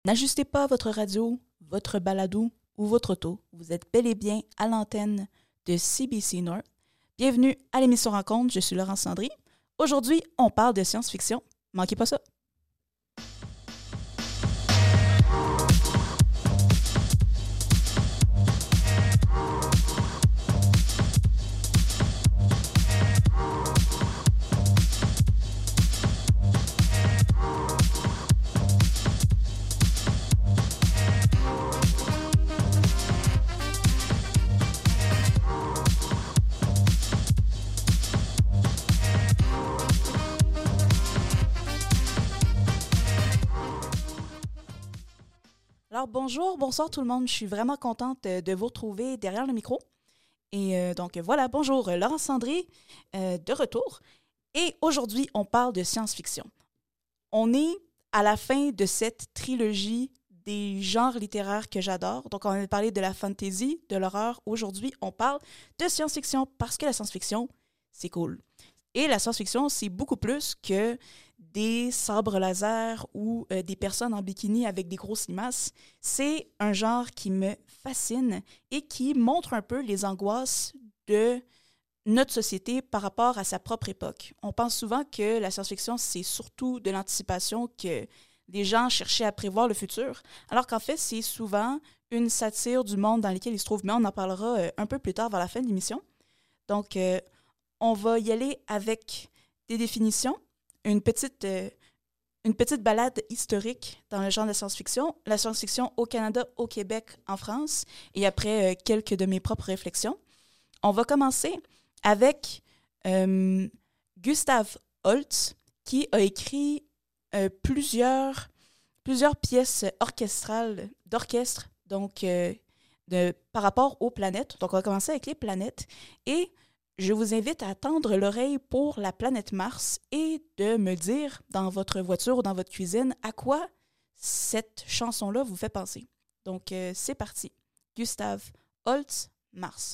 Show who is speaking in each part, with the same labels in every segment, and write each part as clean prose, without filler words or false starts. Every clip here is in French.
Speaker 1: N'ajustez pas votre radio, votre balado ou votre auto. Vous êtes bel et bien à l'antenne de CBC North. Bienvenue à l'émission Rencontre, je suis Laurence Landry. Aujourd'hui, on parle de science-fiction. Manquez pas ça. Alors bonjour, bonsoir tout le monde. Je suis vraiment contente de vous retrouver derrière le micro. Et donc voilà, bonjour, Laurence Landry, de retour. Et aujourd'hui, on parle de science-fiction. On est à la fin de cette trilogie des genres littéraires que j'adore. Donc, on a parlé de la fantasy, de l'horreur. Aujourd'hui, on parle de science-fiction parce que la science-fiction, c'est cool. Et la science-fiction, c'est beaucoup plus que des sabres laser ou des personnes en bikini avec des grosses limaces. C'est un genre qui me fascine et qui montre un peu les angoisses de notre société par rapport à sa propre époque. On pense souvent que la science-fiction, c'est surtout de l'anticipation, que les gens cherchaient à prévoir le futur, alors qu'en fait, c'est souvent une satire du monde dans lequel ils se trouvent. Mais on en parlera un peu plus tard vers la fin de l'émission. Donc, on va y aller avec des définitions, une petite balade historique dans le genre de science-fiction, la science-fiction au Canada, au Québec, en France, et après quelques de mes propres réflexions. On va commencer avec Gustav Holst, qui a écrit plusieurs pièces orchestrales, d'orchestre, donc par rapport aux planètes. Donc, on va commencer avec les planètes. Et je vous invite à tendre l'oreille pour la planète Mars et de me dire dans votre voiture ou dans votre cuisine à quoi cette chanson-là vous fait penser. Donc, c'est parti. Gustav Holst, Mars.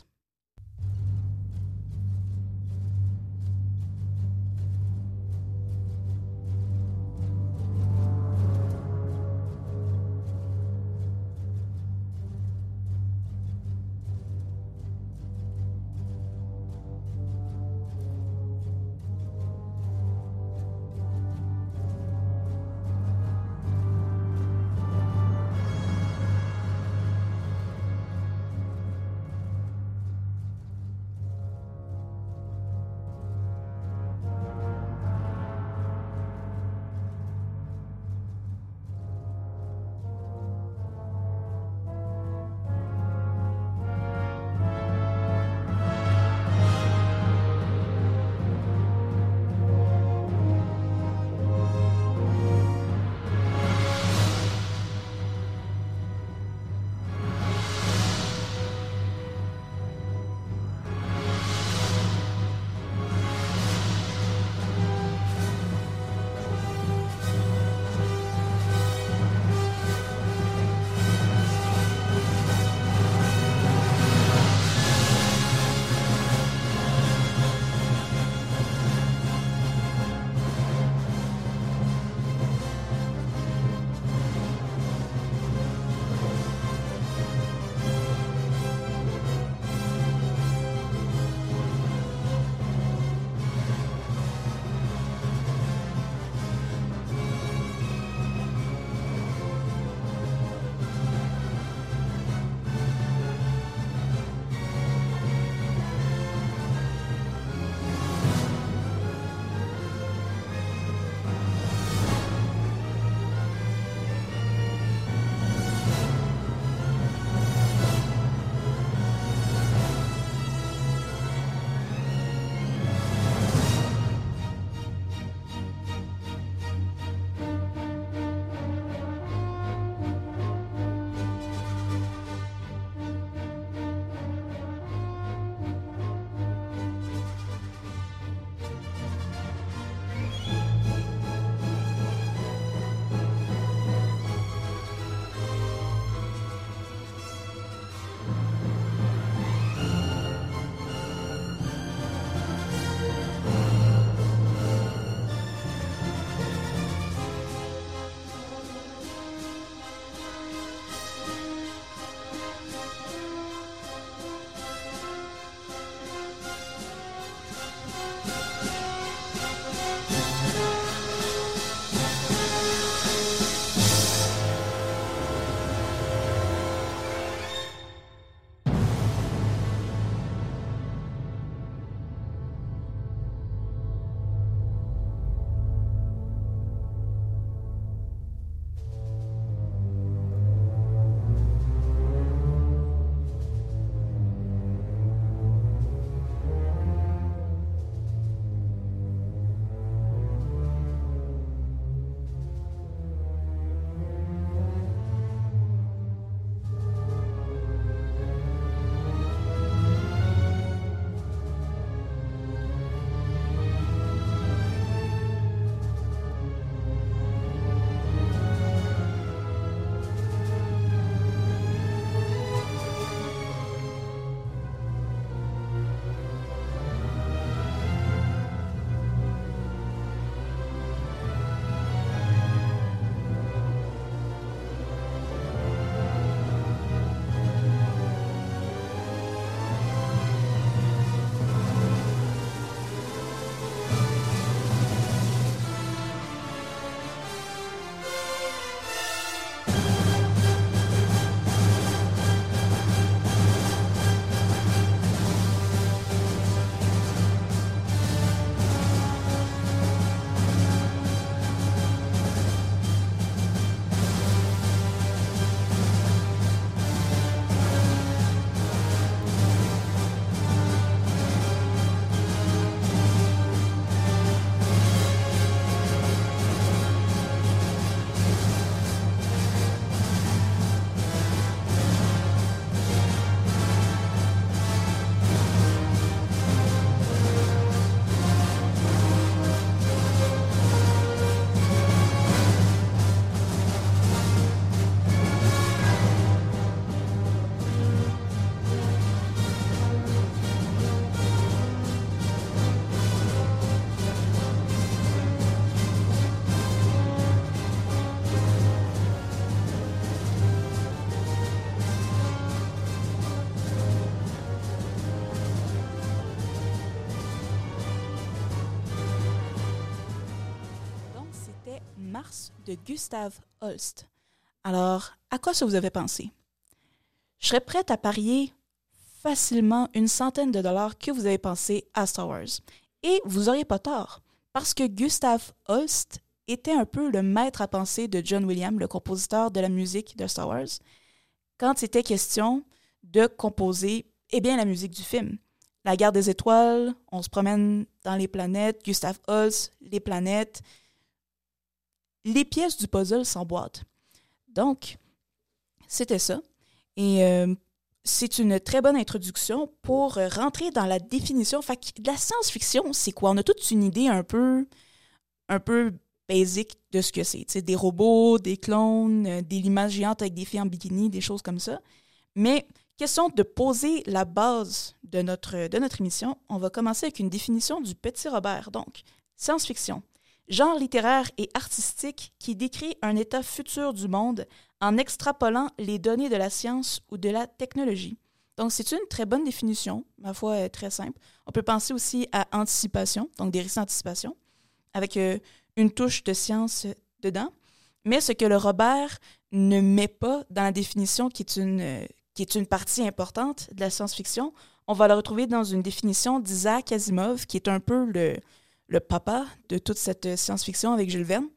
Speaker 1: Mars de Gustav Holst. Alors, à quoi ça vous avez pensé? Je serais prête à parier facilement une centaine de dollars que vous avez pensé à Star Wars. Et vous n'auriez pas tort, parce que Gustav Holst était un peu le maître à penser de John Williams, le compositeur de la musique de Star Wars, quand c'était question de composer la musique du film. La guerre des étoiles, on se promène dans les planètes, Gustav Holst, les planètes. Les pièces du puzzle s'emboîtent. Donc, c'était ça. Et c'est une très bonne introduction pour rentrer dans la définition. Fait que la science-fiction, c'est quoi? On a toute une idée un peu basique de ce que c'est. T'sais, des robots, des clones, des limaces géantes avec des filles en bikini, des choses comme ça. Mais question de poser la base de notre émission, on va commencer avec une définition du Petit Robert. Donc, science-fiction. Genre littéraire et artistique qui décrit un état futur du monde en extrapolant les données de la science ou de la technologie. Donc, c'est une très bonne définition, ma foi, très simple. On peut penser aussi à anticipation, donc des récits d'anticipation, avec une touche de science dedans. Mais ce que le Robert ne met pas dans la définition, qui est une partie importante de la science-fiction, on va le retrouver dans une définition d'Isaac Asimov, qui est un peu le papa de toute cette science-fiction avec Jules Verne.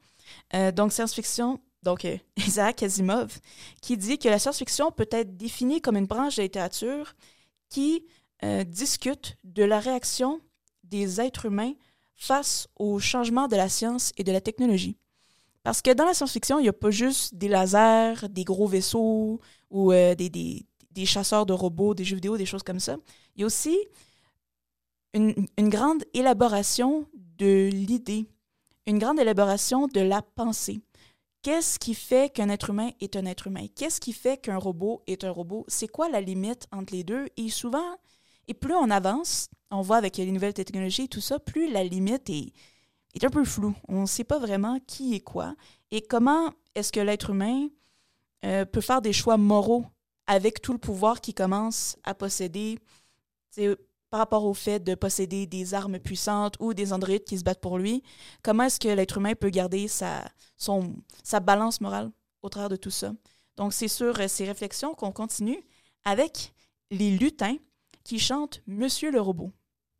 Speaker 1: Isaac Asimov, qui dit que la science-fiction peut être définie comme une branche de littérature qui discute de la réaction des êtres humains face au changement de la science et de la technologie. Parce que dans la science-fiction, il n'y a pas juste des lasers, des gros vaisseaux ou des chasseurs de robots, des jeux vidéo, des choses comme ça. Il y a aussi une grande élaboration de l'idée, une grande élaboration de la pensée. Qu'est-ce qui fait qu'un être humain est un être humain? Qu'est-ce qui fait qu'un robot est un robot? C'est quoi la limite entre les deux? Et souvent, et plus on avance, on voit avec les nouvelles technologies et tout ça, plus la limite est un peu floue. On ne sait pas vraiment qui est quoi et comment est-ce que l'être humain peut faire des choix moraux avec tout le pouvoir qu'il commence à posséder, par rapport au fait de posséder des armes puissantes ou des androïdes qui se battent pour lui. Comment est-ce que l'être humain peut garder sa balance morale au travers de tout ça? Donc, c'est sur ces réflexions qu'on continue avec les lutins qui chantent « Monsieur le robot ».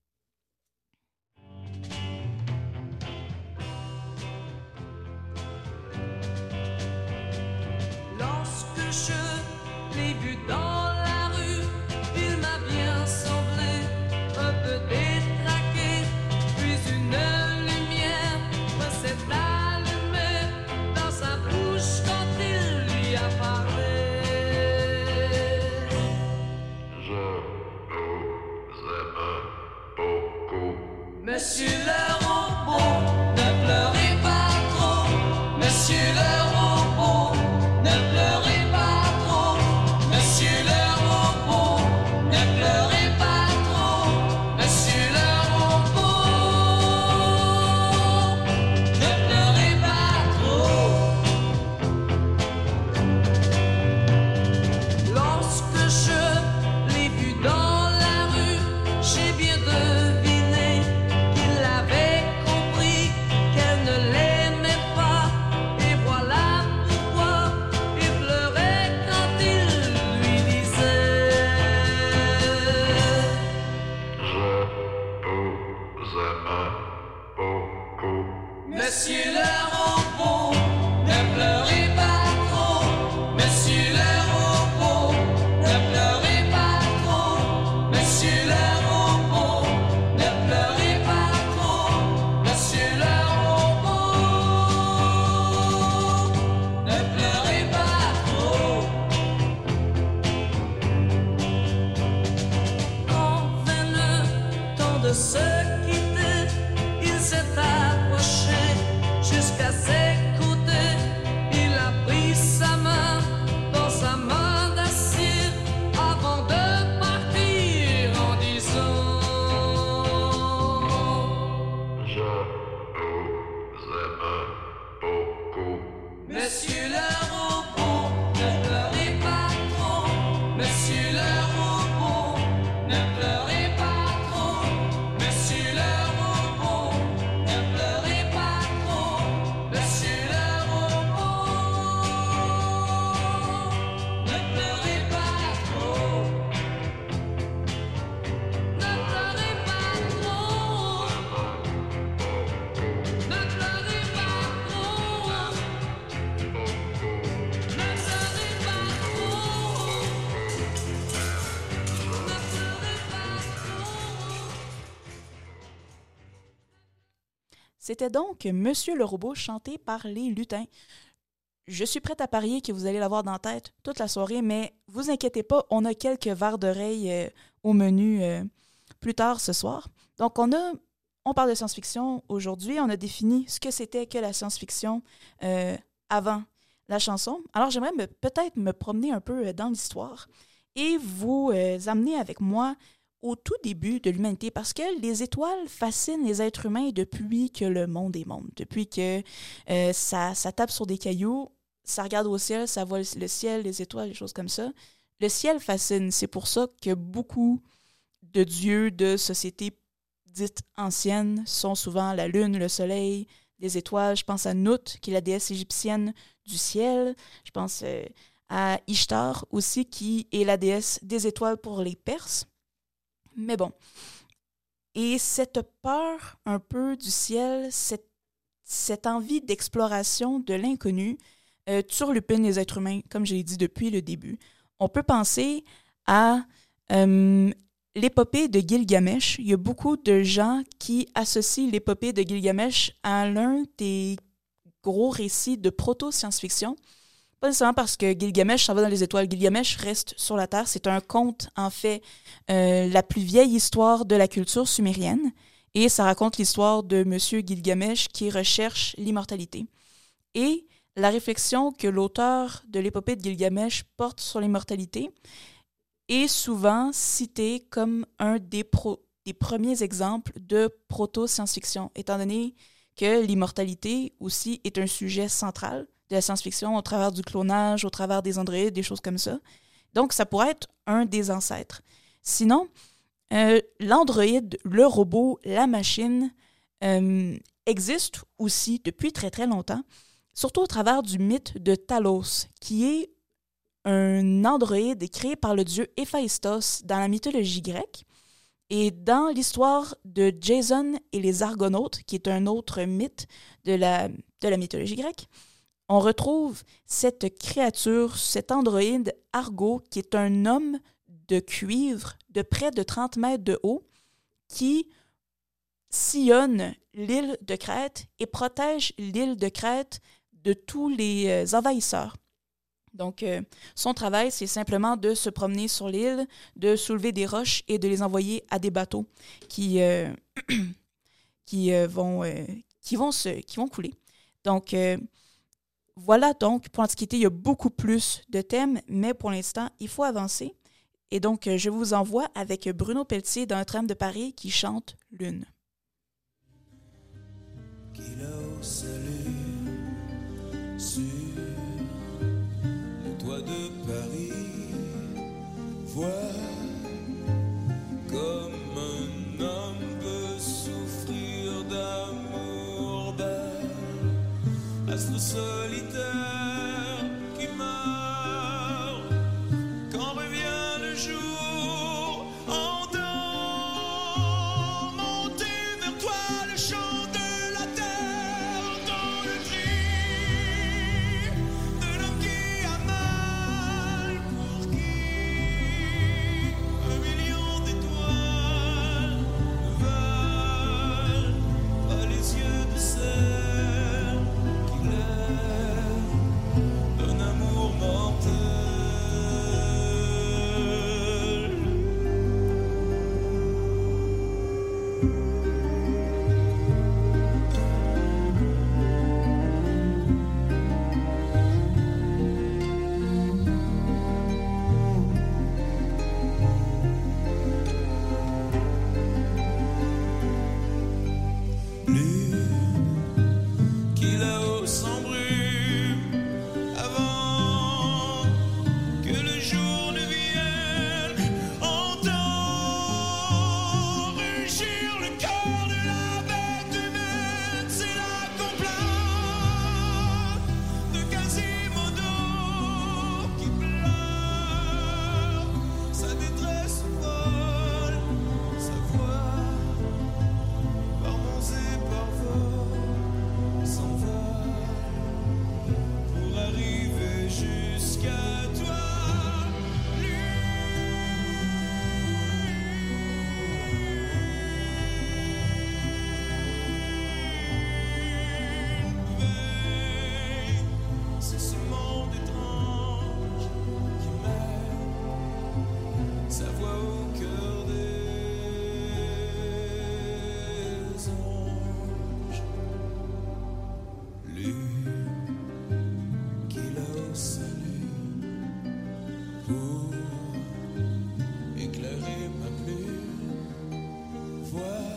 Speaker 2: Lorsque je l'ai vu dans la rue, il m'a bien semblé un peu détraqué, puis une lumière s'est allumée dans sa bouche quand il lui a parlé. Je vous aime beaucoup. Monsieur le robot, ne pleurez pas trop. Monsieur le robot, ne pleurez pas trop. Monsieur le robot, ne pleurez pas trop. Monsieur le robot, ne pleurez pas trop. Lorsque je l'ai vu dans la rue, j'ai bien deviné qu'il avait compris qu'elle ne l'aimait pas. Et voilà pourquoi il pleurait quand il lui disait Je vous aime beaucoup. Monsieur le robot, ne pleurez pas trop. Monsieur le robot, ne pleurez pas trop. Monsieur le robot, ne pleurez pas trop. Monsieur le robot, ne pleurez pas trop. Quand vint le temps de se quitter, il s'est approché jusqu'à ses côtés. Il a pris sa main dans sa main d'acier avant de partir en disant Je vous aime beaucoup. Monsieur le robot, ne pleurez pas trop. Monsieur le robot, ne pleurez pas trop. Monsieur
Speaker 1: C'était donc Monsieur le robot chanté par les lutins. Je suis prête à parier que vous allez l'avoir dans la tête toute la soirée, mais vous inquiétez pas, on a quelques verres d'oreille au menu plus tard ce soir. Donc, on parle de science-fiction aujourd'hui. On a défini ce que c'était que la science-fiction avant la chanson. Alors, j'aimerais peut-être me promener un peu dans l'histoire et vous amener avec moi au tout début de l'humanité, parce que les étoiles fascinent les êtres humains depuis que le monde est monde. Depuis que ça tape sur des cailloux, ça regarde au ciel, ça voit le ciel, les étoiles, les choses comme ça. Le ciel fascine. C'est pour ça que beaucoup de dieux de sociétés dites anciennes sont souvent la lune, le soleil, les étoiles. Je pense à Nut, qui est la déesse égyptienne du ciel. Je pense à Ishtar aussi, qui est la déesse des étoiles pour les Perses. Mais bon. Et cette peur un peu du ciel, cette envie d'exploration de l'inconnu, turlupine les êtres humains, comme je l'ai dit depuis le début. On peut penser à l'épopée de Gilgamesh. Il y a beaucoup de gens qui associent l'épopée de Gilgamesh à l'un des gros récits de proto-science-fiction. Pas nécessairement parce que Gilgamesh s'en va dans les étoiles. Gilgamesh reste sur la Terre. C'est un conte, en fait, la plus vieille histoire de la culture sumérienne. Et ça raconte l'histoire de Monsieur Gilgamesh qui recherche l'immortalité. Et la réflexion que l'auteur de l'épopée de Gilgamesh porte sur l'immortalité est souvent citée comme un des premiers exemples de proto-science-fiction, étant donné que l'immortalité aussi est un sujet central de la science-fiction au travers du clonage, au travers des androïdes, des choses comme ça. Donc, ça pourrait être un des ancêtres. Sinon, l'androïde, le robot, la machine existent aussi depuis très très longtemps, surtout au travers du mythe de Talos, qui est un androïde créé par le dieu Héphaïstos dans la mythologie grecque. Et dans l'histoire de Jason et les Argonautes, qui est un autre mythe de la mythologie grecque, on retrouve cette créature, cet androïde Argo, qui est un homme de cuivre de près de 30 mètres de haut, qui sillonne l'île de Crète et protège l'île de Crète de tous les envahisseurs. Donc, son travail, c'est simplement de se promener sur l'île, de soulever des roches et de les envoyer à des bateaux qui vont couler. Donc, voilà donc, pour l'Antiquité, il y a beaucoup plus de thèmes, mais pour l'instant, il faut avancer. Et donc, je vous envoie avec Bruno Pelletier dans un tram de Paris qui chante Lune.
Speaker 3: Qu'il a au salut sur le toit de Paris, vois comme un homme peut souffrir d'amour d'un astre solitaire qui meurt quand revient le jour. Entends monter vers toi le chant de la terre dans le cri pour éclairer ma plume. Vois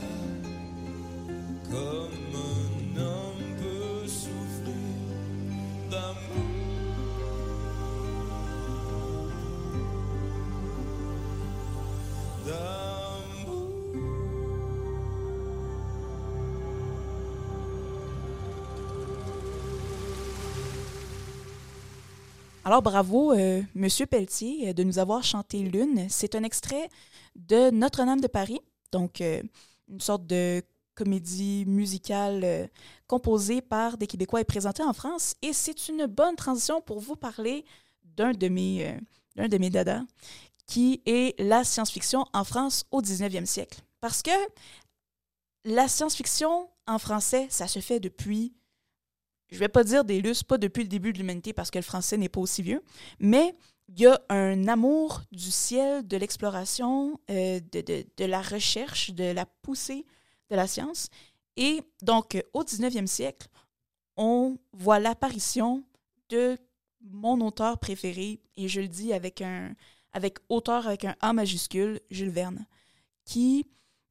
Speaker 3: comme un homme peut souffrir d'amour.
Speaker 1: Alors, bravo, Monsieur Pelletier, de nous avoir chanté Lune. C'est un extrait de Notre-Dame de Paris, donc une sorte de comédie musicale composée par des Québécois et présentée en France. Et c'est une bonne transition pour vous parler d'un de mes dadas, qui est la science-fiction en France au 19e siècle. Parce que la science-fiction en français, ça se fait depuis... Je vais pas dire des lustres, pas depuis le début de l'humanité parce que le français n'est pas aussi vieux, mais il y a un amour du ciel, de l'exploration, de la recherche, de la poussée de la science. Et donc, au 19e siècle, on voit l'apparition de mon auteur préféré, et je le dis avec auteur avec un A majuscule, Jules Verne, qui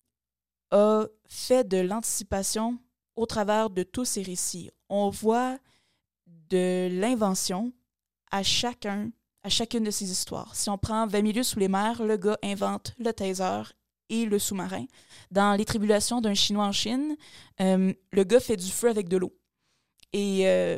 Speaker 1: a fait de l'anticipation au travers de tous ses récits. On voit de l'invention à chacune de ses histoires. Si on prend 20 milieux sous les mers, le gars invente le taser et le sous-marin. Dans Les Tribulations d'un Chinois en Chine, le gars fait du feu avec de l'eau. Et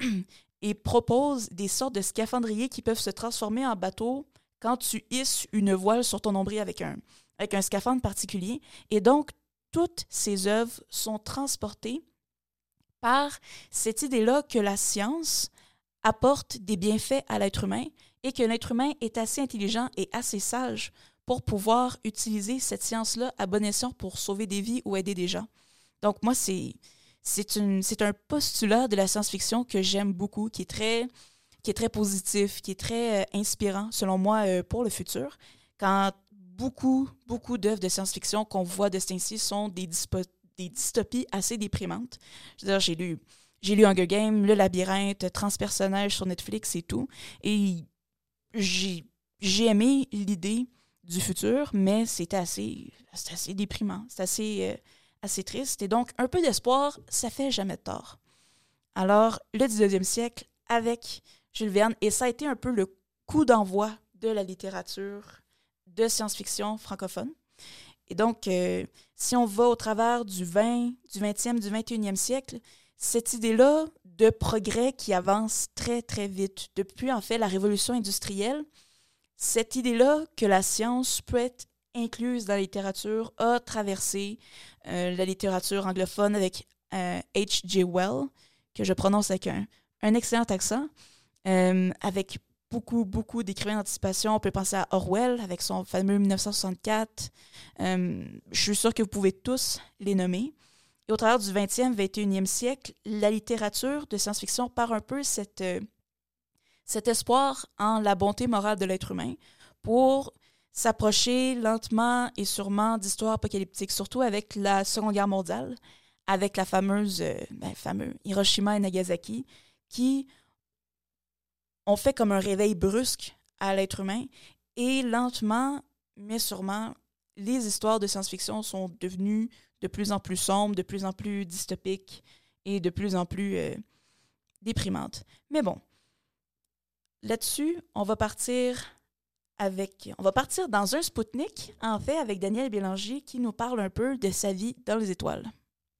Speaker 1: propose des sortes de scaphandriers qui peuvent se transformer en bateau quand tu hisses une voile sur ton nombril avec un scaphandre particulier. Et donc, toutes ces œuvres sont transportées par cette idée-là que la science apporte des bienfaits à l'être humain et que l'être humain est assez intelligent et assez sage pour pouvoir utiliser cette science-là à bon escient pour sauver des vies ou aider des gens. Donc moi, c'est un postulat de la science-fiction que j'aime beaucoup, qui est très positif, qui est très inspirant, selon moi, pour le futur. Quand beaucoup d'œuvres de science-fiction qu'on voit de ce temps-ci sont des dystopies assez déprimantes. Je veux dire, j'ai lu Hunger Games, Le Labyrinthe, Transpersonnage sur Netflix et tout. Et j'ai aimé l'idée du futur, mais c'est assez déprimant, c'est assez triste. Et donc, un peu d'espoir, ça fait jamais de tort. Alors, le 19e siècle avec Jules Verne, et ça a été un peu le coup d'envoi de la littérature de science-fiction francophone. Et donc, si on va au travers du 20e, du 21e siècle, cette idée-là de progrès qui avance très, très vite, depuis en fait la révolution industrielle, cette idée-là que la science peut être incluse dans la littérature a traversé la littérature anglophone avec H.G. Wells, que je prononce avec un excellent accent, avec beaucoup d'écrivains d'anticipation. On peut penser à Orwell avec son fameux 1964. Je suis sûre que vous pouvez tous les nommer. Et au travers du 20e, 21e siècle, la littérature de science-fiction part un peu cet espoir en la bonté morale de l'être humain pour s'approcher lentement et sûrement d'histoires apocalyptiques, surtout avec la Seconde Guerre mondiale, avec la fameux Hiroshima et Nagasaki, qui ont fait comme un réveil brusque à l'être humain. Et lentement, mais sûrement, les histoires de science-fiction sont devenues de plus en plus sombres, de plus en plus dystopiques et de plus en plus déprimantes. Mais bon, là-dessus, on va partir dans un Spoutnik, en fait, avec Daniel Bélanger, qui nous parle un peu de sa vie dans les étoiles.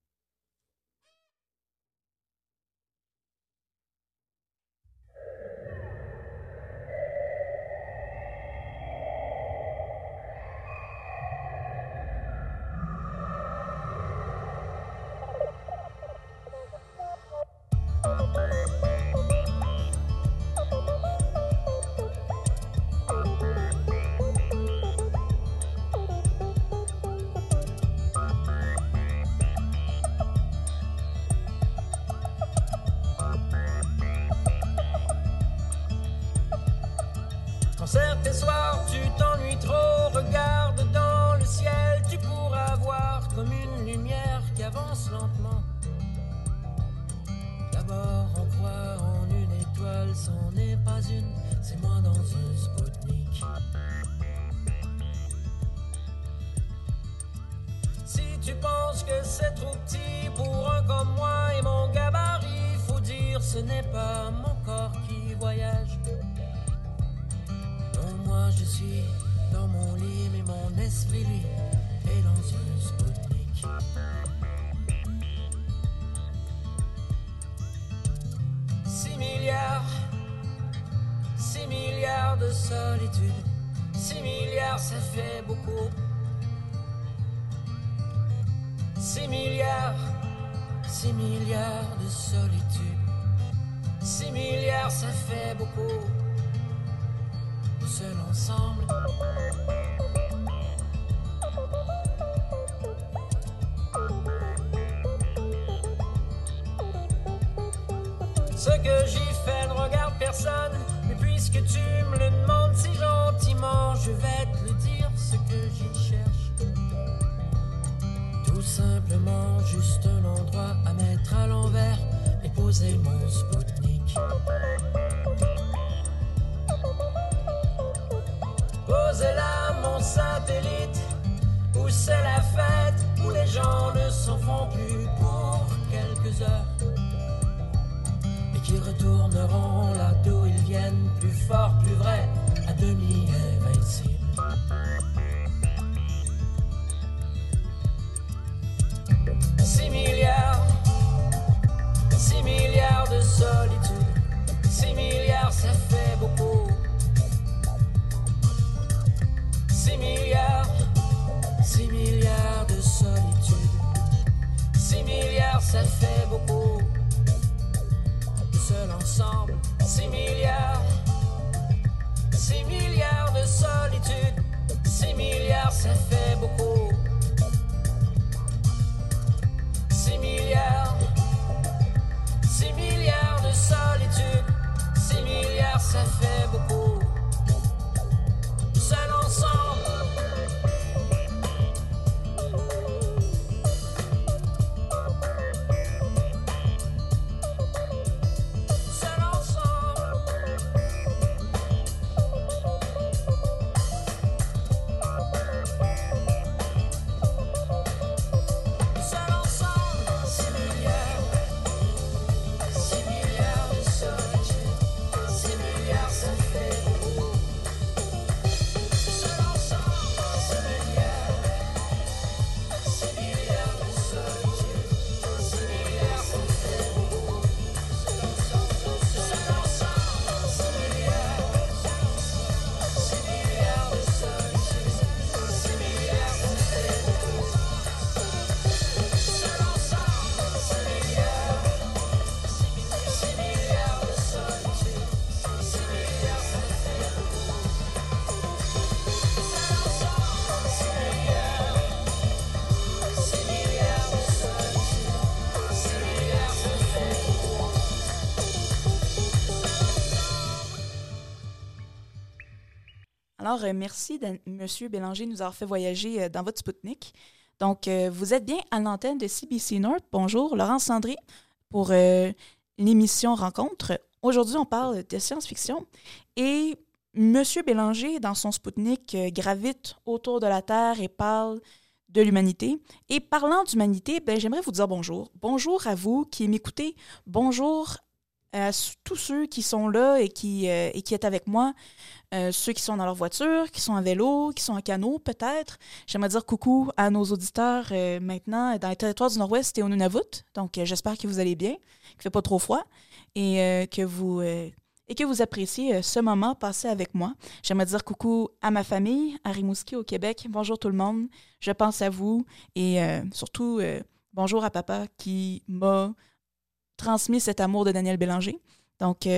Speaker 4: Certains soirs tu t'ennuies trop, regarde dans le ciel, tu pourras voir comme une lumière qui avance lentement. D'abord on croit en une étoile, c'en est pas une, c'est moi dans un Spoutnik. Tu penses que c'est trop petit pour un comme moi et mon gabarit. Faut dire, ce n'est pas mon corps qui voyage. Non, moi je suis dans mon lit, mais mon esprit, lui, est dans une Spoutnik. 6 milliards de solitude. 6 milliards, ça fait beaucoup. 6 milliards de solitude. 6 milliards, ça fait beaucoup. Seul ensemble. Ce que j'y fais ne regarde personne, mais puisque tu me le demandes si gentiment, je vais te le dire, ce que j'y cherche. Tout simplement juste un endroit à mettre à l'envers et poser mon Spoutnik. Posez là mon satellite, où c'est la fête, où les gens ne s'en font plus pour quelques heures. Et qui retourneront là d'où ils viennent, plus forts, plus vrais, à demi invincibles. Six milliards de solitude. 6 milliards, ça fait beaucoup. 6 milliards de solitude. 6 milliards, ça fait beaucoup. Seul ensemble. 6 milliards de solitude. 6 milliards, ça fait beaucoup. 6 milliards de solitude. 6 milliards, ça fait beaucoup. Seul ensemble.
Speaker 1: Alors, merci, Monsieur Bélanger, de nous avoir fait voyager dans votre Spoutnik. Donc, vous êtes bien à l'antenne de CBC North. Bonjour, Laurence Sandry pour l'émission Rencontre. Aujourd'hui, on parle de science-fiction et Monsieur Bélanger, dans son Spoutnik, gravite autour de la Terre et parle de l'humanité. Et parlant d'humanité, j'aimerais vous dire bonjour. Bonjour à vous qui m'écoutez. Bonjour à tous ceux qui sont là et qui est avec moi. Ceux qui sont dans leur voiture, qui sont à vélo, qui sont en canot peut-être. J'aimerais dire coucou à nos auditeurs maintenant dans les territoires du Nord-Ouest et au Nunavut. Donc j'espère que vous allez bien, qu'il ne fait pas trop froid et que vous appréciez ce moment passé avec moi. J'aimerais dire coucou à ma famille, à Rimouski au Québec. Bonjour tout le monde, je pense à vous et surtout bonjour à papa qui m'a transmis cet amour de Daniel Bélanger. Donc,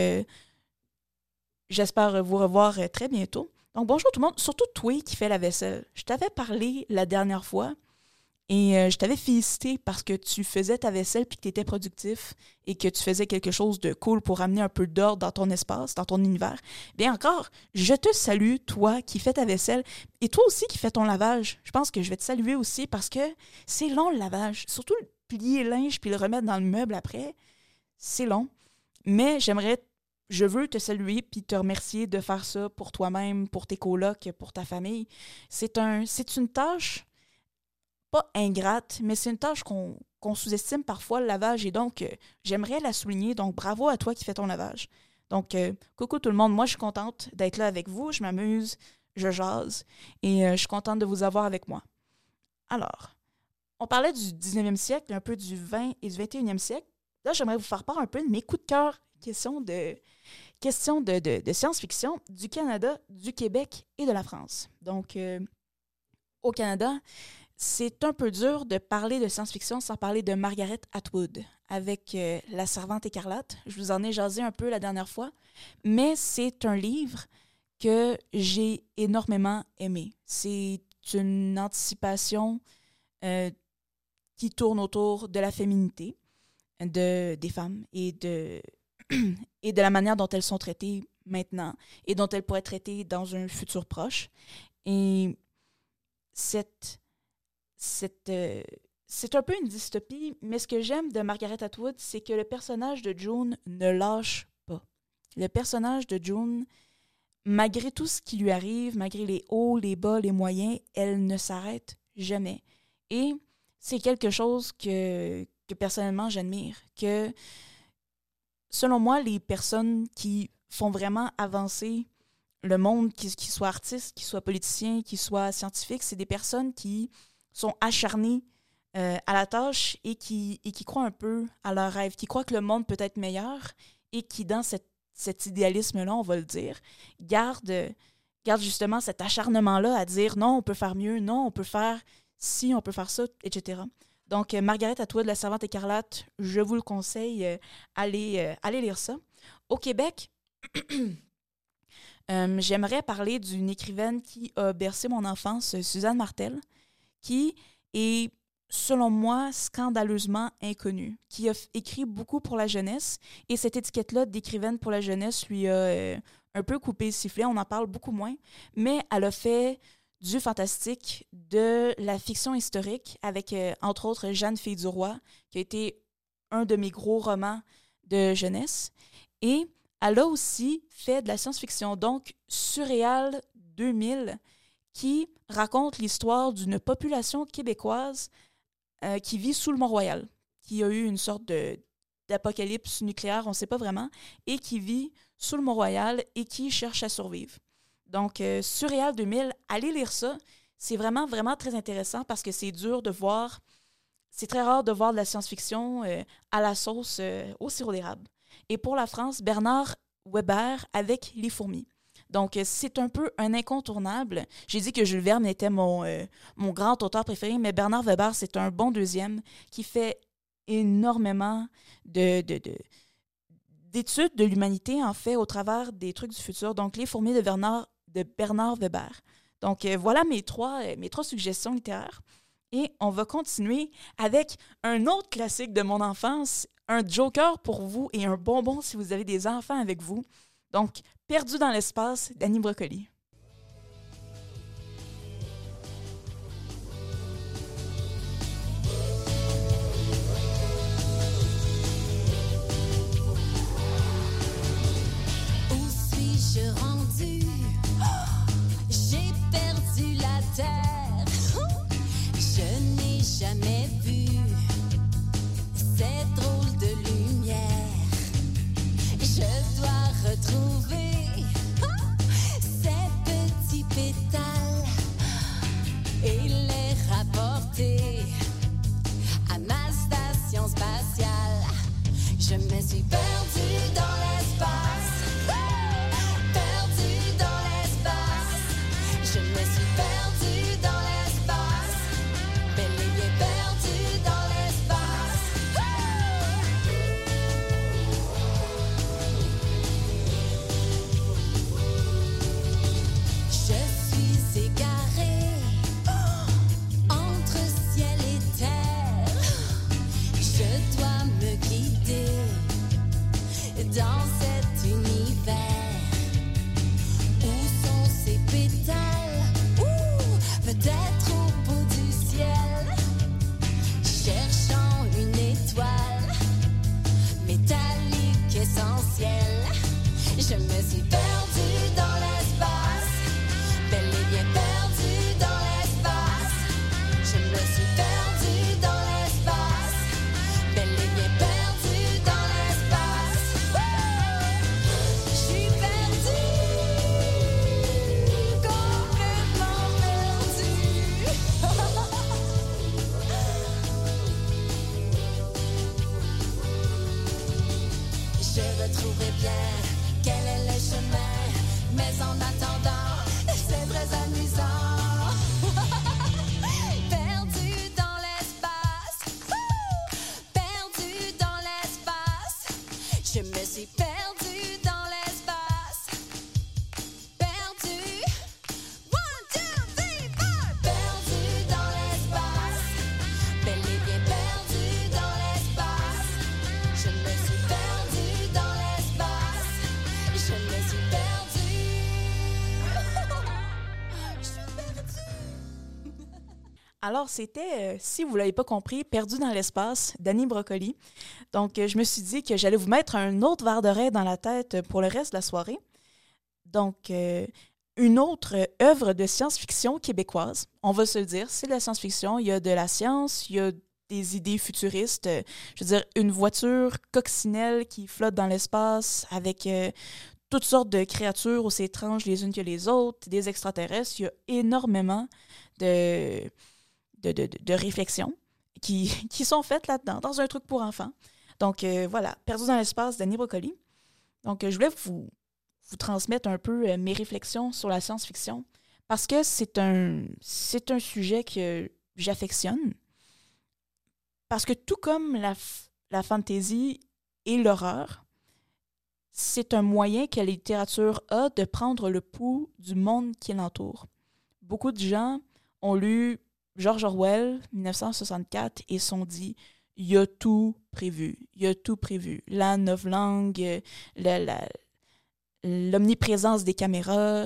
Speaker 1: j'espère vous revoir très bientôt. Donc, bonjour tout le monde, surtout toi qui fais la vaisselle. Je t'avais parlé la dernière fois et je t'avais félicité parce que tu faisais ta vaisselle puis que tu étais productif et que tu faisais quelque chose de cool pour amener un peu d'ordre dans ton espace, dans ton univers. Bien encore, je te salue, toi qui fais ta vaisselle et toi aussi qui fais ton lavage. Je pense que je vais te saluer aussi parce que c'est long le lavage. Surtout le plier le linge puis le remettre dans le meuble après. C'est long, mais je veux te saluer puis te remercier de faire ça pour toi-même, pour tes colocs, pour ta famille. C'est une tâche pas ingrate, mais c'est une tâche qu'on sous-estime parfois, le lavage, et donc j'aimerais la souligner. Donc, bravo à toi qui fais ton lavage. Donc, coucou tout le monde, moi je suis contente d'être là avec vous, je m'amuse, je jase, et je suis contente de vous avoir avec moi. Alors, on parlait du 19e siècle, un peu du 20 et du 21e siècle. Là, j'aimerais vous faire part un peu de mes coups de cœur, question de science-fiction du Canada, du Québec et de la France. Donc, au Canada, c'est un peu dur de parler de science-fiction sans parler de Margaret Atwood avec La Servante écarlate. Je vous en ai jasé un peu la dernière fois, mais c'est un livre que j'ai énormément aimé. C'est une anticipation qui tourne autour de la féminité des femmes et de la manière dont elles sont traitées maintenant et dont elles pourraient être traitées dans un futur proche. Et c'est un peu une dystopie, mais ce que j'aime de Margaret Atwood, c'est que le personnage de June ne lâche pas. Le personnage de June, malgré tout ce qui lui arrive, malgré les hauts, les bas, les moyens, elle ne s'arrête jamais. Et c'est quelque chose que personnellement j'admire, que selon moi, les personnes qui font vraiment avancer le monde, qu'ils soient artistes, qu'ils soient politiciens, qu'ils soient scientifiques, c'est des personnes qui sont acharnées à la tâche et qui croient un peu à leur rêve, qui croient que le monde peut être meilleur et qui, dans cet idéalisme-là, on va le dire, gardent justement cet acharnement-là à dire non, on peut faire mieux, non, on peut faire ci, on peut faire ça, etc. Donc, Margaret Atwood, La Servante écarlate, je vous le conseille, allez lire ça. Au Québec, j'aimerais parler d'une écrivaine qui a bercé mon enfance, Suzanne Martel, qui est, selon moi, scandaleusement inconnue, qui a écrit beaucoup pour la jeunesse, et cette étiquette-là d'écrivaine pour la jeunesse lui a un peu coupé le sifflet, on en parle beaucoup moins, mais elle a fait du fantastique, de la fiction historique, avec, entre autres, Jeanne Fille du Roi, qui a été un de mes gros romans de jeunesse. Et elle a aussi fait de la science-fiction, donc Surréal 2000, qui raconte l'histoire d'une population québécoise qui vit sous le Mont-Royal, qui a eu une sorte d'apocalypse nucléaire, on ne sait pas vraiment, et qui vit sous le Mont-Royal et qui cherche à survivre. Donc, Surréal 2000, allez lire ça. C'est vraiment, vraiment très intéressant parce que c'est dur de voir... C'est très rare de voir de la science-fiction à la sauce au sirop d'érable. Et pour la France, Bernard Weber avec Les Fourmis. Donc, c'est un peu un incontournable. J'ai dit que Jules Verne était mon grand auteur préféré, mais Bernard Weber, c'est un bon deuxième qui fait énormément d'études de l'humanité, en fait, au travers des trucs du futur. Donc, Les Fourmis de Bernard Weber. Donc, voilà mes trois suggestions littéraires. Et on va continuer avec un autre classique de mon enfance, un joker pour vous et un bonbon si vous avez des enfants avec vous. Donc, Perdu dans l'espace d'Annie Brocoli.
Speaker 5: Où suis-je rendue? J'ai perdu la terre. Je n'ai jamais vu cette drôle de lumière. Je dois retrouver ces petits pétales et les rapporter à ma station spatiale. Je me suis perdue dans l'espace, perdue dans l'espace. cependant, c'est très amusant. Perdu dans l'espace, perdu dans l'espace. Je me suis perdue dans l'espace. Perdu. 1, 2, 3, 4. Perdu dans l'espace. Bel et bien perdu dans l'espace. Je me suis perdue dans l'espace. Je me suis perdue. Je suis perdue.
Speaker 1: Alors, c'était, si vous ne l'avez pas compris, Perdu dans l'espace, d'Annie Brocoli. Donc, je me suis dit que j'allais vous mettre un autre verre de raie dans la tête pour le reste de la soirée. Donc, une autre œuvre de science-fiction québécoise, on va se le dire, c'est de la science-fiction. Il y a de la science, il y a des idées futuristes. Je veux dire, une voiture coccinelle qui flotte dans l'espace avec toutes sortes de créatures aussi étranges les unes que les autres, des extraterrestres. Il y a énormément de réflexions qui sont faites là-dedans, dans un truc pour enfants. Donc, voilà, Perdu dans l'espace d'Annie Brocoli. Donc, je voulais vous transmettre un peu mes réflexions sur la science-fiction parce que c'est un sujet que j'affectionne. Parce que tout comme la fantasy et l'horreur, c'est un moyen que la littérature a de prendre le pouls du monde qui l'entoure. Beaucoup de gens ont lu George Orwell, 1964, et se sont dit « il y a tout prévu, il y a tout prévu ». La novlangue, l'omniprésence des caméras,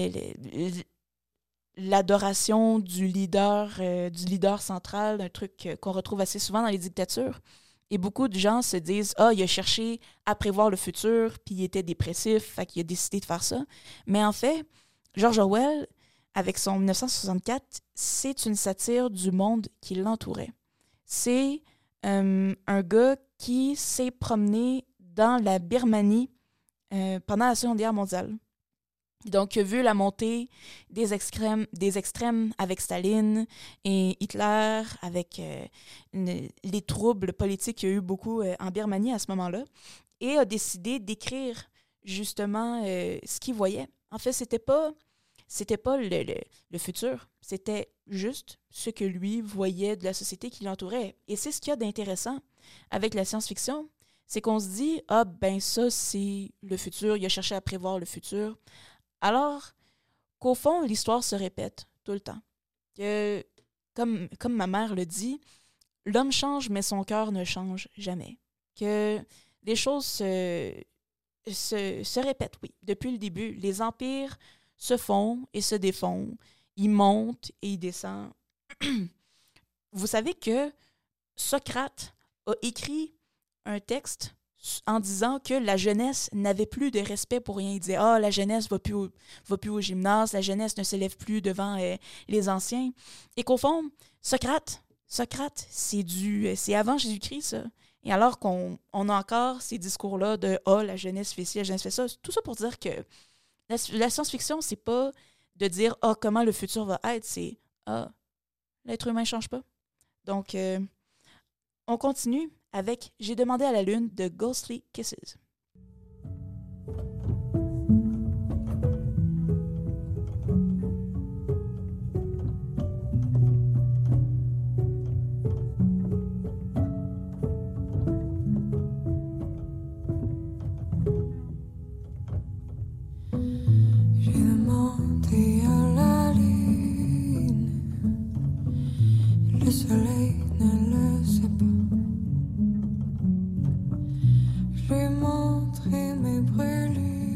Speaker 1: l'adoration du leader central, un truc qu'on retrouve assez souvent dans les dictatures. Et beaucoup de gens se disent « ah, il a cherché à prévoir le futur, puis il était dépressif, fait qu'il a décidé de faire ça ». Mais en fait, George Orwell, avec son 1964, c'est une satire du monde qui l'entourait. C'est un gars qui s'est promené dans la Birmanie pendant la Seconde Guerre mondiale. Donc, il a vu la montée des extrêmes avec Staline et Hitler, avec les troubles politiques qu'il y a eu beaucoup en Birmanie à ce moment-là, et a décidé d'écrire justement ce qu'il voyait. En fait, c'était pas le futur, c'était juste ce que lui voyait de la société qui l'entourait. Et c'est ce qu'il y a d'intéressant avec la science-fiction, c'est qu'on se dit « ah, ben ça, c'est le futur, il a cherché à prévoir le futur ». Alors qu'au fond, l'histoire se répète tout le temps. Que, comme ma mère le dit, l'homme change, mais son cœur ne change jamais. Que les choses se répètent, oui, depuis le début. Les empires se font et se défont. Ils montent et ils descendent. Vous savez que Socrate a écrit un texte en disant que la jeunesse n'avait plus de respect pour rien. Il disait « ah, la jeunesse va plus au gymnase, la jeunesse ne se lève plus devant les anciens. » Et qu'au fond, Socrate, c'est avant Jésus-Christ, ça. Et alors qu'on a encore ces discours-là de « ah, la jeunesse fait ci, la jeunesse fait ça », tout ça pour dire que la science-fiction, c'est pas de dire « ah, comment le futur va être », c'est « ah, l'être humain ne change pas ». Donc, on continue avec « J'ai demandé à la lune » de Ghostly Kisses.
Speaker 3: J'ai demandé à la lune, le soleil ne le sait pas. Je lui ai montré mes brûlures,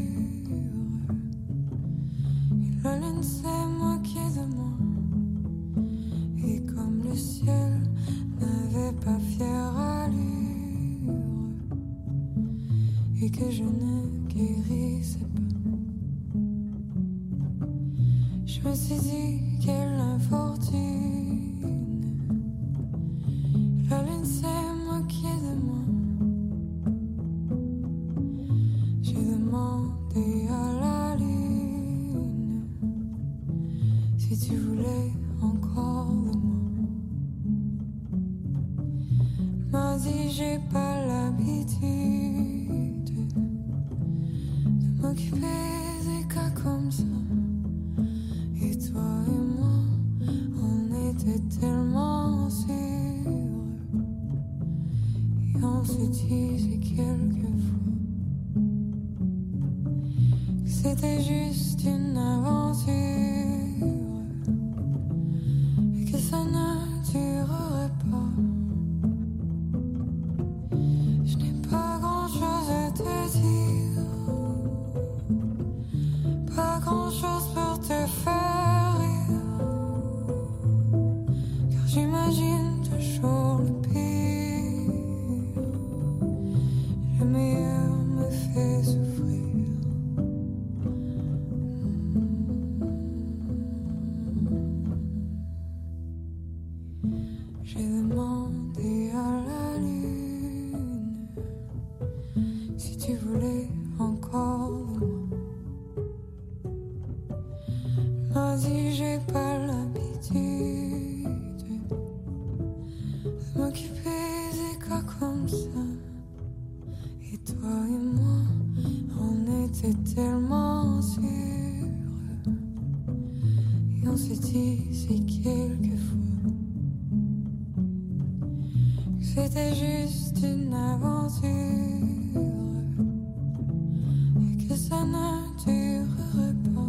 Speaker 3: et la lune s'est moquée de moi. Et comme le ciel n'avait pas fière allure, et que je ne guérissais pas, je me suis dit quelle infortune. La lune s'est moquée de moi. J'ai demandé à la lune si tu voulais encore de moi. M'a dit j'ai pas l'habitude de m'occuper des cas comme ça. c'était juste une aventure et que ça ne durerait pas. Je n'ai pas grand-chose à te dire, pas grand-chose pour te faire rire, car j'imagine toujours le pire. Le meilleur me fait souffrir. J'ai demandé à la lune si tu voulais encore de moi. Elle m'a dit j'ai pas l'habitude de m'occuper des cas comme ça. Et toi et moi, on était tellement sûrs. Et on s'est dit ces quelques fois que c'était juste une aventure et que ça ne durerait pas.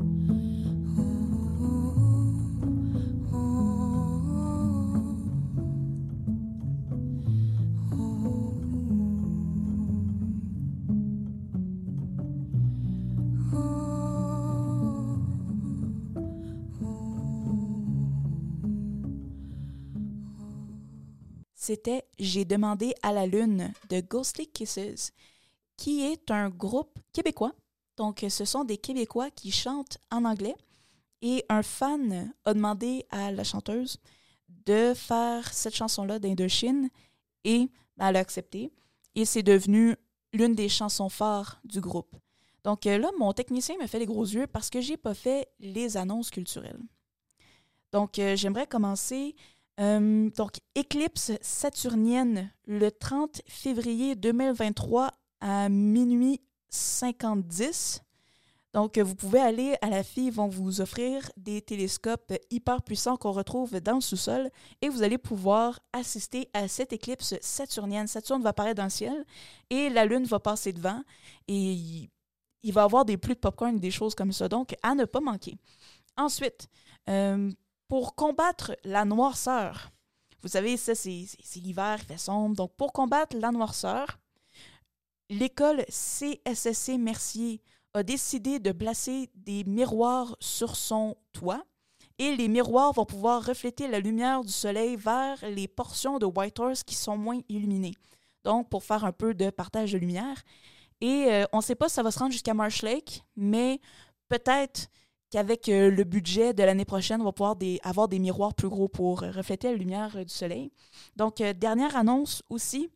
Speaker 1: C'était J'ai demandé à la lune de Ghostly Kisses, qui est un groupe québécois. Donc, ce sont des Québécois qui chantent en anglais. Et un fan a demandé à la chanteuse de faire cette chanson-là d'Indochine et elle a accepté. Et c'est devenu l'une des chansons phares du groupe. Donc là, mon technicien me fait des gros yeux parce que j'ai pas fait les annonces culturelles. Donc, j'aimerais commencer... donc, éclipse saturnienne le 30 février 2023 à minuit 50. Donc, vous pouvez aller à la FI, ils vont vous offrir des télescopes hyper puissants qu'on retrouve dans le sous-sol et vous allez pouvoir assister à cette éclipse saturnienne. Saturne va apparaître dans le ciel et la Lune va passer devant et il va y avoir des pluies de popcorn et des choses comme ça. Donc, à ne pas manquer. Ensuite, pour combattre la noirceur, vous savez, ça, c'est l'hiver, il fait sombre. Donc, pour combattre la noirceur, l'école CSSC Mercier a décidé de placer des miroirs sur son toit et les miroirs vont pouvoir refléter la lumière du soleil vers les portions de Whitehorse qui sont moins illuminées. Donc, pour faire un peu de partage de lumière. Et on ne sait pas si ça va se rendre jusqu'à Marsh Lake, mais peut-être qu'avec le budget de l'année prochaine, on va pouvoir avoir des miroirs plus gros pour refléter la lumière du soleil. Donc, dernière annonce aussi,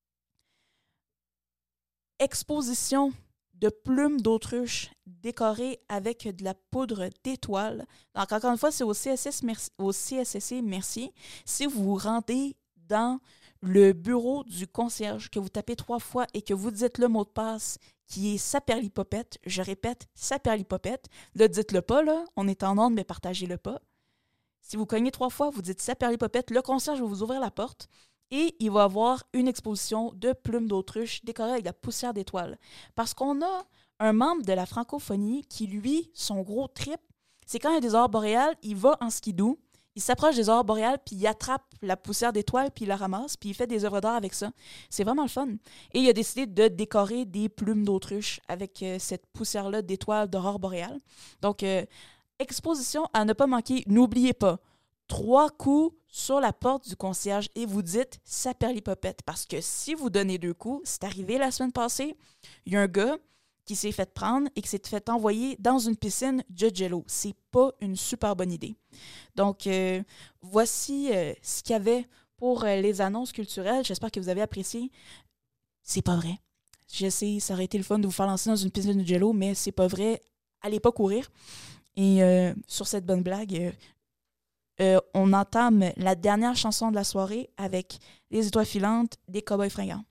Speaker 1: exposition de plumes d'autruche décorées avec de la poudre d'étoiles. Donc, encore une fois, c'est au CSSC Mercier. Si vous vous rendez dans le bureau du concierge, que vous tapez 3 fois et que vous dites le mot de passe qui est Saperlipopette, je répète, Saperlipopette, là, dites-le pas, là, on est en ordre, mais partagez-le pas. Si vous cognez 3 fois, vous dites Saperlipopette, le concierge va vous ouvrir la porte et il va avoir une exposition de plumes d'autruche décorées avec de la poussière d'étoiles. Parce qu'on a un membre de la francophonie qui, lui, son gros trip, c'est quand il y a des aurores boréales, il va en skidoo, il s'approche des aurores boréales, puis il attrape la poussière d'étoiles, puis il la ramasse, puis il fait des œuvres d'art avec ça. C'est vraiment le fun. Et il a décidé de décorer des plumes d'autruche avec cette poussière-là d'étoiles d'aurores boréales. Donc, exposition à ne pas manquer. N'oubliez pas, 3 coups sur la porte du concierge et vous dites « Saperlipopette » parce que si vous donnez 2 coups, c'est arrivé la semaine passée, il y a un gars qui s'est fait prendre et qui s'est fait envoyer dans une piscine de Jello. C'est pas une super bonne idée. Donc, voici ce qu'il y avait pour les annonces culturelles. J'espère que vous avez apprécié. C'est pas vrai. Je sais, ça aurait été le fun de vous faire lancer dans une piscine de Jello, mais c'est pas vrai. Allez pas courir. Et sur cette bonne blague, on entame la dernière chanson de la soirée avec Les étoiles filantes des Cowboys fringants.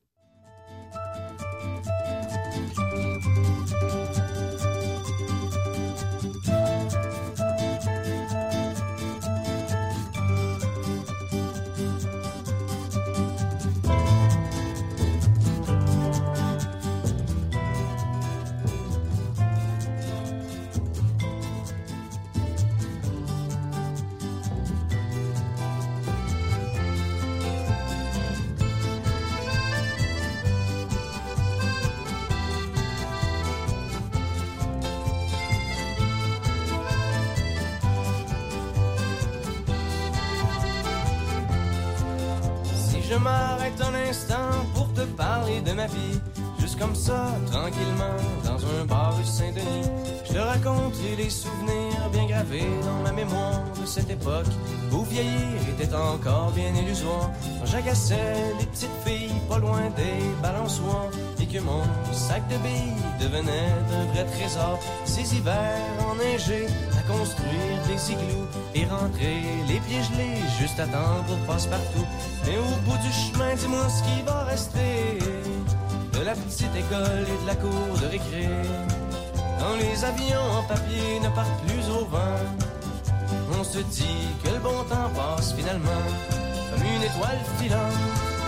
Speaker 6: je m'arrête un instant pour te parler de ma vie, juste comme ça, tranquillement, dans un bar rue Saint-Denis, je te raconte les souvenirs bien gravés dans ma mémoire de cette époque où vieillir était encore bien illusoire, quand j'agaçais les petites filles pas loin des balançoires et que mon sac de billes devenait un vrai trésor. Ces hivers enneigés à construire des igloos et rentrer les pieds gelés juste à temps pour passe-partout. Mais au bout du chemin, dis-moi ce qui va rester de la petite école et de la cour de récré. Quand les avions en papier ne partent plus au vent, on se dit que le bon temps passe finalement comme une étoile filante.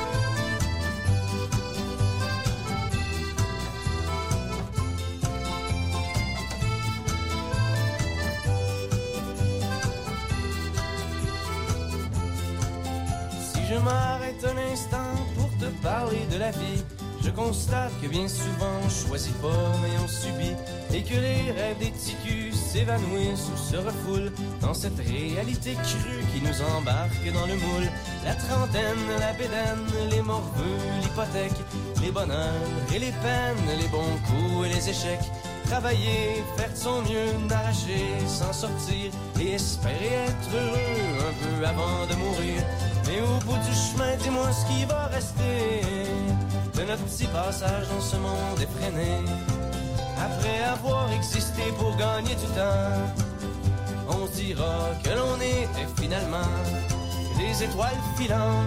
Speaker 6: Si je m'arrête un instant pour te parler de la vie, je constate que bien souvent on choisit pas mais on subit, et que les rêves des ticus s'évanouissent ou se refoulent dans cette réalité crue qui nous embarque dans le moule. La trentaine, la bédaine, les morveux, l'hypothèque, les bonheurs et les peines, les bons coups et les échecs. Travailler, faire de son mieux, n'arracher, s'en sortir et espérer être heureux un peu avant de mourir. Mais au bout du chemin, dis-moi ce qui va rester de notre petit passage dans ce monde effréné. Après avoir existé pour gagner du temps, on se dira que l'on était finalement des étoiles filantes.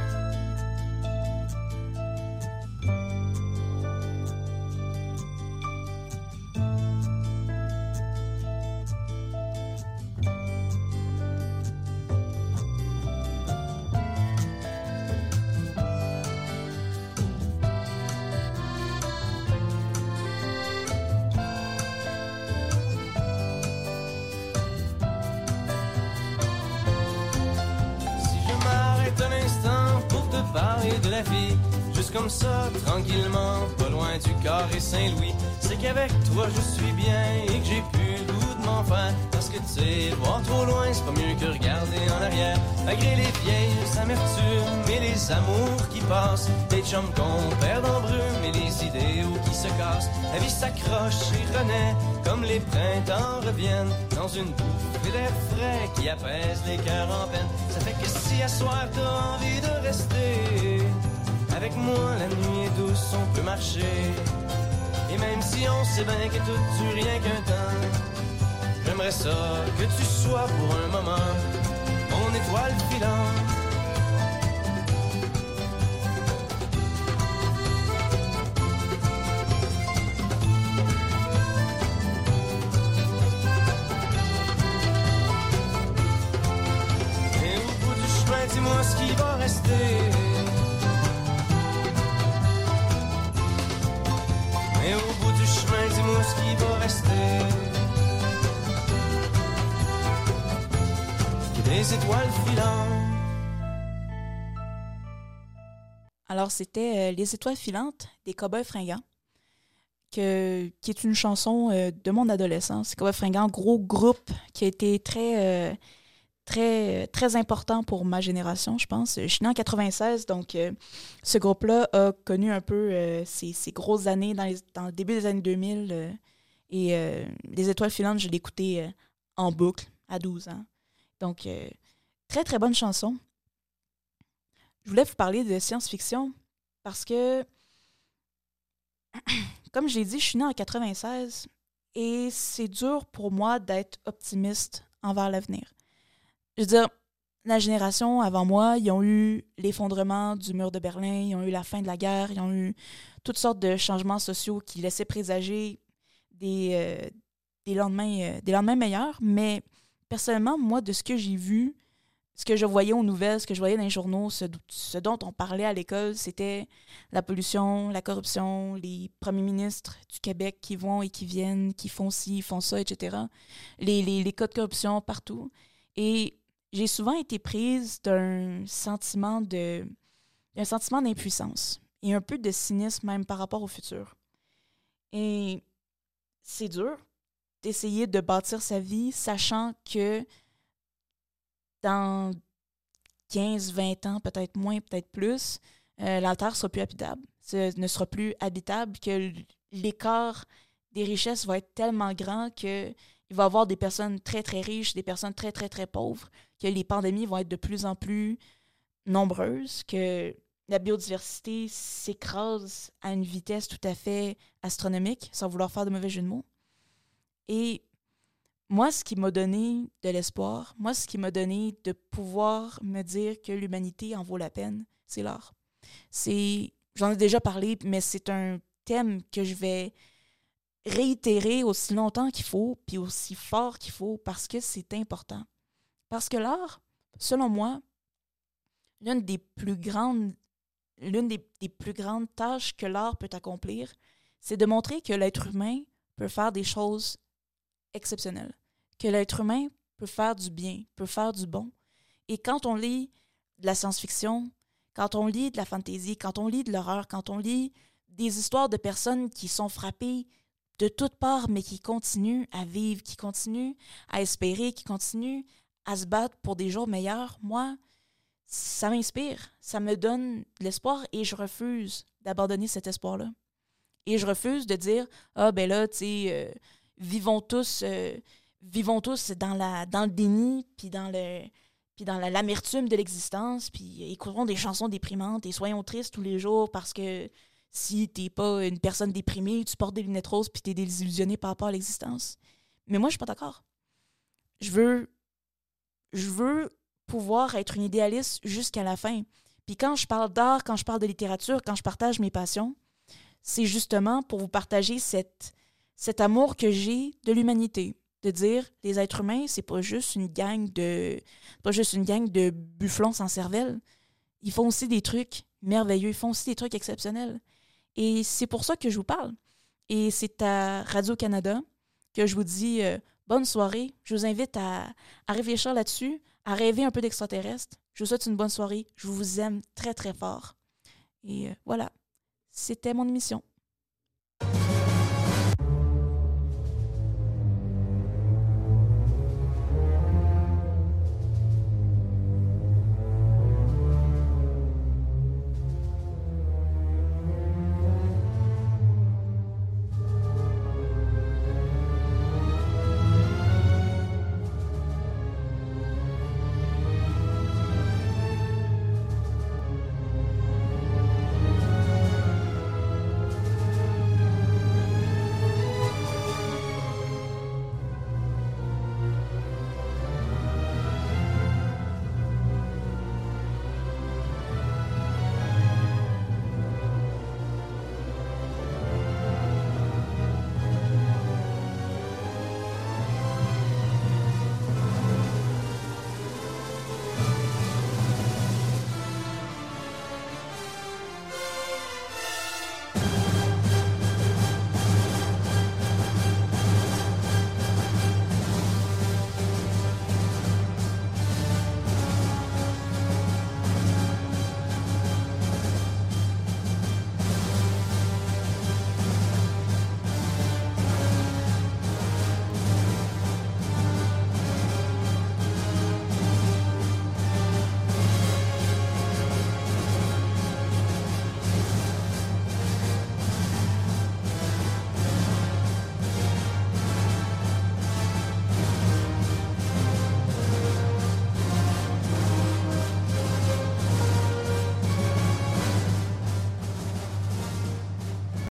Speaker 6: De la vie, juste comme ça, tranquillement, pas loin du carré Saint-Louis. C'est qu'avec toi je suis bien et que j'ai plus le goût de m'en faire. Parce que tu sais, voir trop loin, c'est pas mieux que regarder en arrière. Malgré les vieilles amertumes et les amours qui passent, les chums qu'on perd en brume et les idéaux qui se cassent, la vie s'accroche et renaît comme les printemps reviennent dans une bouffée d'air frais qui apaise les cœurs en peine. Ça fait que si à soir t'as envie de rester avec moi, la nuit est douce, on peut marcher. Et même si on sait bien que tout dure rien qu'un temps, j'aimerais ça que tu sois pour un moment mon étoile filante. Et au bout du chemin, dis-moi ce qui va rester. Et au bout du chemin, dis-moi ce qui va rester. Des étoiles filantes.
Speaker 1: Alors, c'était Les étoiles filantes des Cowboys fringants, qui est une chanson de mon adolescence. Cowboys fringants, gros groupe qui a été très important pour ma génération, je pense. Je suis née en 96, donc ce groupe-là a connu un peu ses grosses années dans le début des années 2000. Et Les étoiles filantes, je l'écoutais en boucle à 12 ans. Donc, très, très bonne chanson. Je voulais vous parler de science-fiction parce que, comme je l'ai dit, je suis née en 96 et c'est dur pour moi d'être optimiste envers l'avenir. Je veux dire, la génération avant moi, ils ont eu l'effondrement du mur de Berlin, ils ont eu la fin de la guerre, ils ont eu toutes sortes de changements sociaux qui laissaient présager des lendemains meilleurs. Mais personnellement, moi, de ce que j'ai vu, ce que je voyais aux nouvelles, ce que je voyais dans les journaux, ce dont on parlait à l'école, c'était la pollution, la corruption, les premiers ministres du Québec qui vont et qui viennent, qui font ci, font ça, etc. Les cas de corruption partout. Et j'ai souvent été prise d'un sentiment d'impuissance et un peu de cynisme même par rapport au futur. Et c'est dur d'essayer de bâtir sa vie, sachant que dans 15, 20 ans, peut-être moins, peut-être plus, la Terre sera plus habitable. Ce ne sera plus habitable, que l'écart des richesses va être tellement grand qu'il va y avoir des personnes très, très riches, des personnes très, très, très pauvres, que les pandémies vont être de plus en plus nombreuses, que la biodiversité s'écrase à une vitesse tout à fait astronomique, sans vouloir faire de mauvais jeu de mots. Et moi, ce qui m'a donné de l'espoir, moi, ce qui m'a donné de pouvoir me dire que l'humanité en vaut la peine, c'est l'art. J'en ai déjà parlé, mais c'est un thème que je vais réitérer aussi longtemps qu'il faut, puis aussi fort qu'il faut, parce que c'est important. Parce que l'art, selon moi, l'une des plus grandes tâches que l'art peut accomplir, c'est de montrer que l'être humain peut faire des choses exceptionnelles, que l'être humain peut faire du bien, peut faire du bon. Et quand on lit de la science-fiction, quand on lit de la fantasy, quand on lit de l'horreur, quand on lit des histoires de personnes qui sont frappées de toutes parts, mais qui continuent à vivre, qui continuent à espérer, qui continuent à se battre pour des jours meilleurs, moi, ça m'inspire, ça me donne de l'espoir et je refuse d'abandonner cet espoir-là. Et je refuse de dire « Ah, ben là, tu sais, vivons tous dans le déni, puis dans l'amertume de l'existence, puis écoutons des chansons déprimantes et soyons tristes tous les jours parce que si t'es pas une personne déprimée, tu portes des lunettes roses puis t'es désillusionné par rapport à l'existence. » Mais moi, je suis pas d'accord. Je veux pouvoir être une idéaliste jusqu'à la fin. Puis quand je parle d'art, quand je parle de littérature, quand je partage mes passions, c'est justement pour vous partager cet amour que j'ai de l'humanité. De dire, les êtres humains, c'est pas juste une gang de bufflons sans cervelle. Ils font aussi des trucs merveilleux, ils font aussi des trucs exceptionnels. Et c'est pour ça que je vous parle. Et c'est à Radio-Canada que je vous dis bonne soirée. Je vous invite à réfléchir là-dessus, à rêver un peu d'extraterrestres. Je vous souhaite une bonne soirée. Je vous aime très, très fort. Et voilà, c'était mon émission.